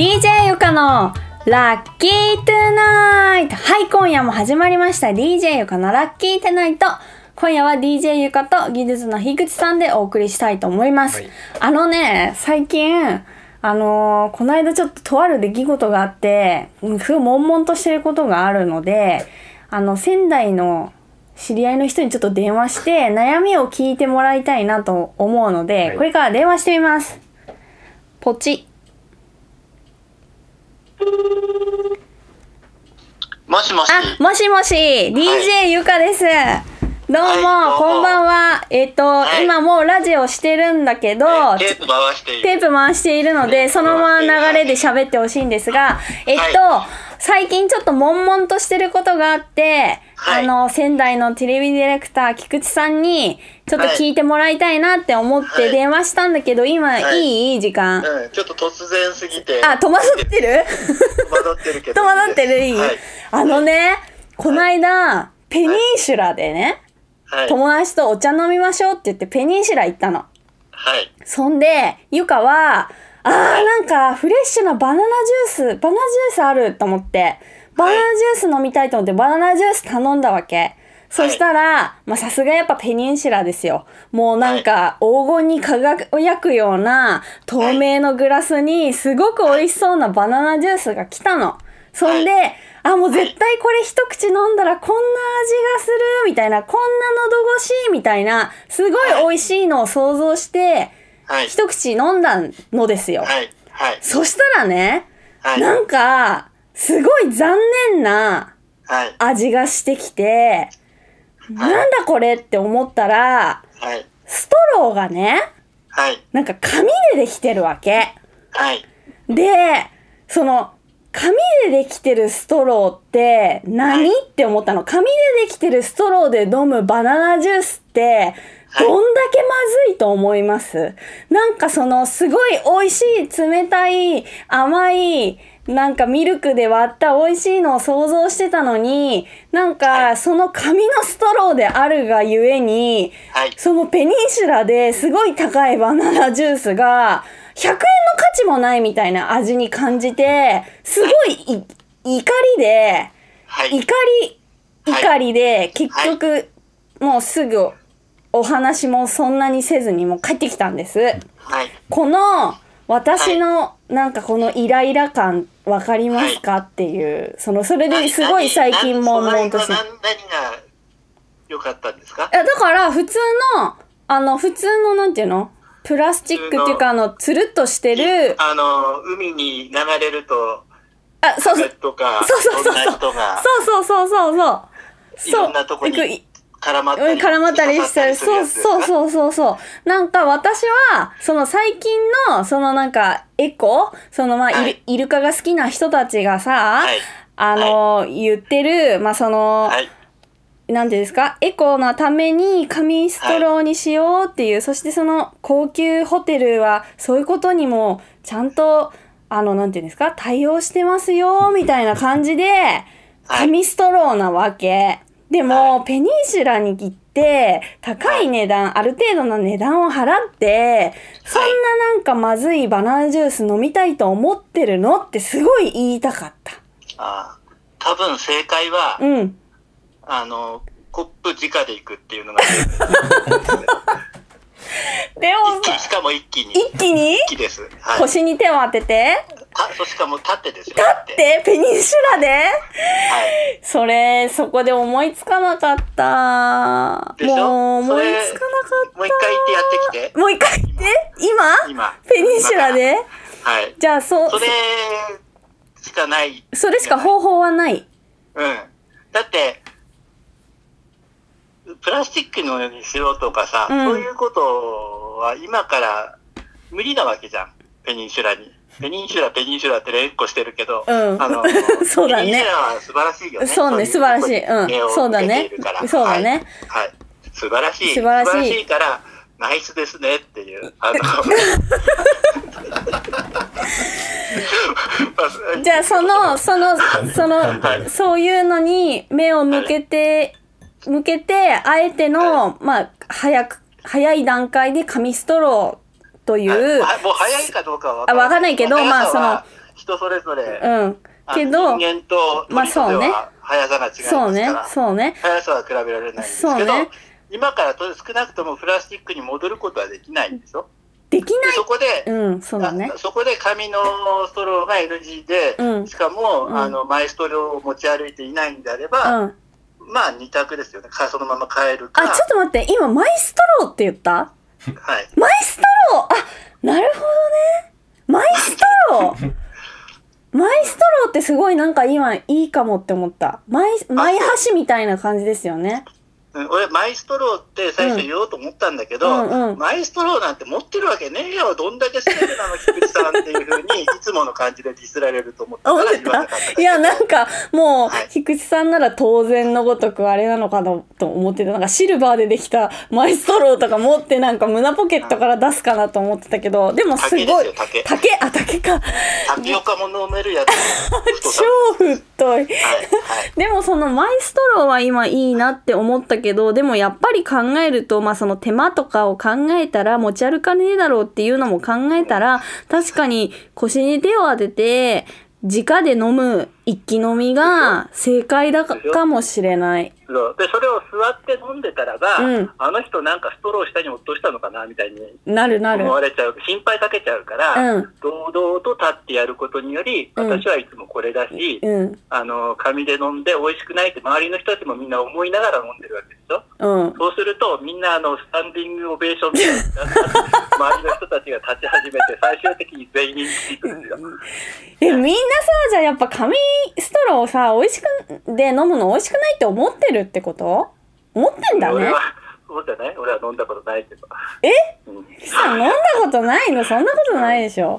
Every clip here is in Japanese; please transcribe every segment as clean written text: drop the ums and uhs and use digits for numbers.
DJ ゆかのラッキートゥナイト。はい、今夜も始まりました DJ ゆかのラッキートゥナイト。今夜は DJ ゆかと技術の樋口さんでお送りしたいと思います。はい、最近この間ちょっととある出来事があって、すごい悶々としてることがあるので、仙台の知り合いの人にちょっと電話して悩みを聞いてもらいたいなと思うので、はい、これから電話してみます。ポチ。 もしもし。 もしもし、DJ ゆかです。どうも、はい、こんばんは。はい、今もうラジオしてるんだけど、 テープ回しているので、そのまま流れで喋ってほしいんですが、最近ちょっと悶々としてることがあって、はい、仙台のテレビディレクター菊池さんにちょっと聞いてもらいたいなって思って電話したんだけど、今、はい、いい時間、 ちょっと突然すぎて戸惑ってる戸惑ってるけど戸惑ってるいい、はい、この間、ペニンシュラでね、はい、友達とお茶飲みましょうって言ってペニンシュラ行ったの。 はい。 そんで、ゆかは、なんかフレッシュなバナナジュースあると思って、バナナジュース飲みたいと思ってバナナジュース頼んだわけ。そしたら、さすがやっぱペニンシュラですよ。もうなんか黄金に輝くような透明のグラスにすごく美味しそうなバナナジュースが来たの。そんで、もう絶対これ一口飲んだらこんな味がするみたいな、こんな喉越しみたいな、すごい美味しいのを想像して、一口飲んだのですよ。そしたらね、なんか、すごい残念な味がしてきて、なんだこれって思ったら、ストローがね、なんか紙でできてるわけ。で、その、紙でできてるストローって何って思ったの。紙でできてるストローで飲むバナナジュースってどんだけまずいと思います？なんかすごい美味しい冷たい甘いなんかミルクで割った美味しいのを想像してたのに、なんかその紙のストローであるがゆえに、そのペニンシュラですごい高いバナナジュースが100円の価値もないみたいな味に感じて、すごい怒りで、結局、もうすぐお話もそんなにせずにもう帰ってきたんです。この、私のなんかこのイライラ感わかりますかっていう、それですごい最近悶々として。 何が良かったんですか？ だから普通のなんていうの？プラスチックっていうかつるっとしてる海に流れるとそうとかそういろんなとこに絡まったりしたりそうなんか私は最近のなんかエコイルカが好きな人たちがさ、言ってるなんていうんですか、エコのために紙ストローにしようっていう、そして高級ホテルはそういうことにもちゃんとなんていうんですか、対応してますよみたいな感じで紙ストローなわけ。でも、ペニンシュラに行って高い値段、ある程度の値段を払ってそんななんかまずいバナナジュース飲みたいと思ってるのってすごい言いたかった。 多分正解はコップ直で行くっていうのがでもしかも一気にです、 腰に手を当ててしかも立ってですよ。 立ってペニンシュラで、そこで思いつかなかった。 でしょ？ もう思いつかなかった。 もう一回言ってやってきて。 もう一回言って今ペニンシュラでじゃあそれしかない。 それしか方法はない。 だってプラスチックのようにしようとかさ、そういうことは今から無理なわけじゃん。ペニンシュラって連呼してるけど、 そうだね。 ペニンシュラは素晴らしいよね。 そうね、素晴らしい。そうだね。そうだね。 素晴らしいからナイスですねっていう。 じゃあそういうのに目を向けてあえての早い段階で紙ストローというもう早いかどうかはわかんないけど人それぞれ、 けど、 人間と鳥とでは速さが違いますから、 そうね。 速さは比べられないんですけど、今から少なくともプラスチックに戻ることはできないんでしょ。 できない。 そこで、 そうだね。 そこで紙のストローが NG で、しかも、マイストローを持ち歩いていないんであれば、まあ2択ですよね。そのまま変えるか。 あ、ちょっと待って、今マイストローって言った？ はい。 マイストロー、あ、なるほどね。マイストローマイストローってすごいなんか今いいかもって思った。マイ箸みたいな感じですよね。 俺マイストローって最初言おうと思ったんだけど、マイストローなんて持ってるわけねえよ、どんだけスペルなの菊池さんっていう風にいつもの感じでディスられると思ったから言わなかった。 いや、なんかもう、菊池さんなら当然のごとくあれなのかなと思ってた。なんかシルバーでできたマイストローとか持ってなんか胸ポケットから出すかなと思ってたけど、でもすごい。竹か。 タピオカも飲めるやつ。 超太い。でもそのマイストローは今いいなって思ったけど、でもやっぱり考えると、まあその手間とかを考えたら、持ち歩かねえだろうっていうのも考えたら、確かに腰に手を当てて、直で飲む一気飲みが正解だかもしれない。 で、それを座って飲んでたらば、あの人なんかストロー下に落としたのかなみたいになる思われちゃう、心配かけちゃうから、堂々と立ってやることにより、私はいつもこれだし、紙で飲んで美味しくないって周りの人たちもみんな思いながら飲んでるわけでしょ。そうするとみんなスタンディングオベーションみたいな周りの人たちが立ち始めて最終的に全員についくんですよ。 みんなさ、じゃあやっぱ紙ストローをさ、美味しくで飲むの美味しくないって思ってるってこと？思ってんだね。 俺はそうじゃない？俺は飲んだことないけど。 さ、飲んだことないの？そんなことないでしょ。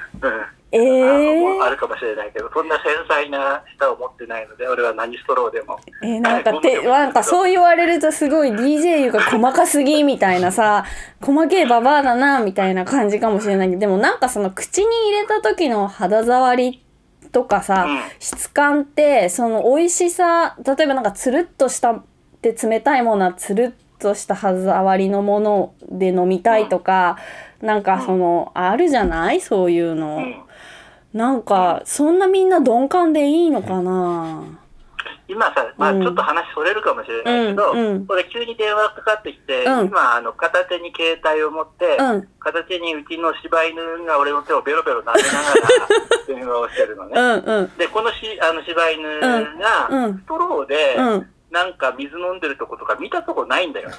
あるかもしれないけど、そんな繊細な舌を持ってないので、俺は何ストローでも。 なんかそう言われるとすごい DJ ゆが細かすぎみたいなさ、細けえババアだなみたいな感じかもしれないけど、でもなんかその口に入れた時の肌触りとかさ、質感ってその美味しさ、例えばなんかつるっとしたって冷たいものはつるっとした肌触りのもので飲みたいとか、なんかそのあるじゃない？そういうの。なんかそんなみんな鈍感でいいのかな。 今さ、ちょっと話それるかもしれないけど、これ急に電話かかってきて、今片手に携帯を持って、片手にうちの柴犬が俺の手をベロベロ舐めながら電話をしてるのね。でこの柴犬がストローでなんか水飲んでるとことか見たとこないんだよね。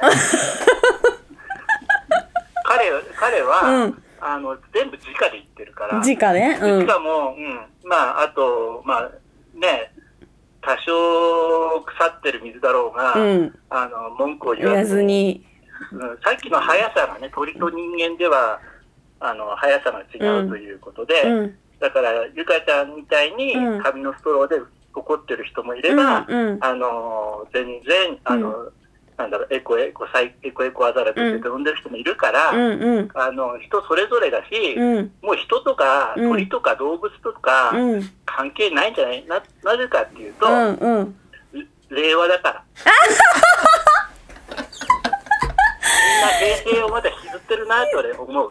彼は全部直で言ってるから。 直ね。 しかも、あと、ね、多少腐ってる水だろうが、文句を言わずに。さっきの速さがね、鳥と人間では、速さが違うということで、だから、ゆかちゃんみたいに紙のストローで怒ってる人もいれば、全然、なんだろう、エコアザラシって呼んでる人もいるから、人それぞれだし、もう人とか鳥とか動物とか関係ないんじゃない？なぜかっていうと、令和だから。みんな平成をまだ引きずってるなって俺思う。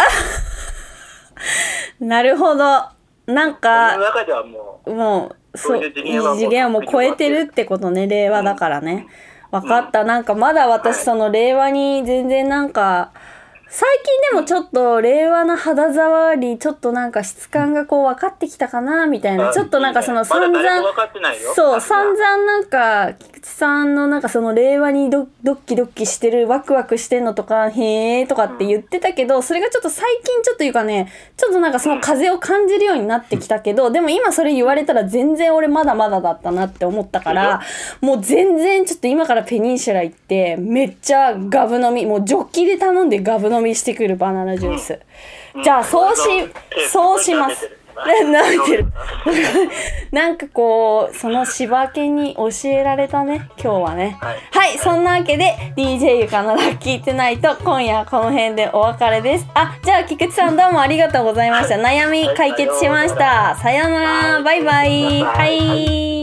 なるほど。なんか、 その中ではもうそういう次元をもう超えてるってことね、令和だからね。分かった。なんかまだ私その令和に全然なんか、最近でもちょっと令和の肌触り、ちょっとなんか質感がこう分かってきたかなみたいな。ちょっとなんかその散々、散々なんか、菊池さんのなんかその令和にドッキドッキしてる、ワクワクしてんのとか、へーとかって言ってたけど、それがちょっと最近ちょっというかね、ちょっとなんかその風を感じるようになってきたけど、でも今それ言われたら全然俺まだまだだったなって思ったから、もう全然ちょっと今からペニンシュラ行って、めっちゃガブ飲み、もうジョッキで頼んでガブ飲みしてくるバナナジュース。じゃあそうします。舐めてる。なんかこうその柴犬に教えられたね今日はね。はい、そんなわけで DJ ゆかのラッキートゥナイト、今夜はこの辺でお別れです。じゃあ菊池さんどうもありがとうございました。悩み解決しました。さようなら、バイバイ。はい。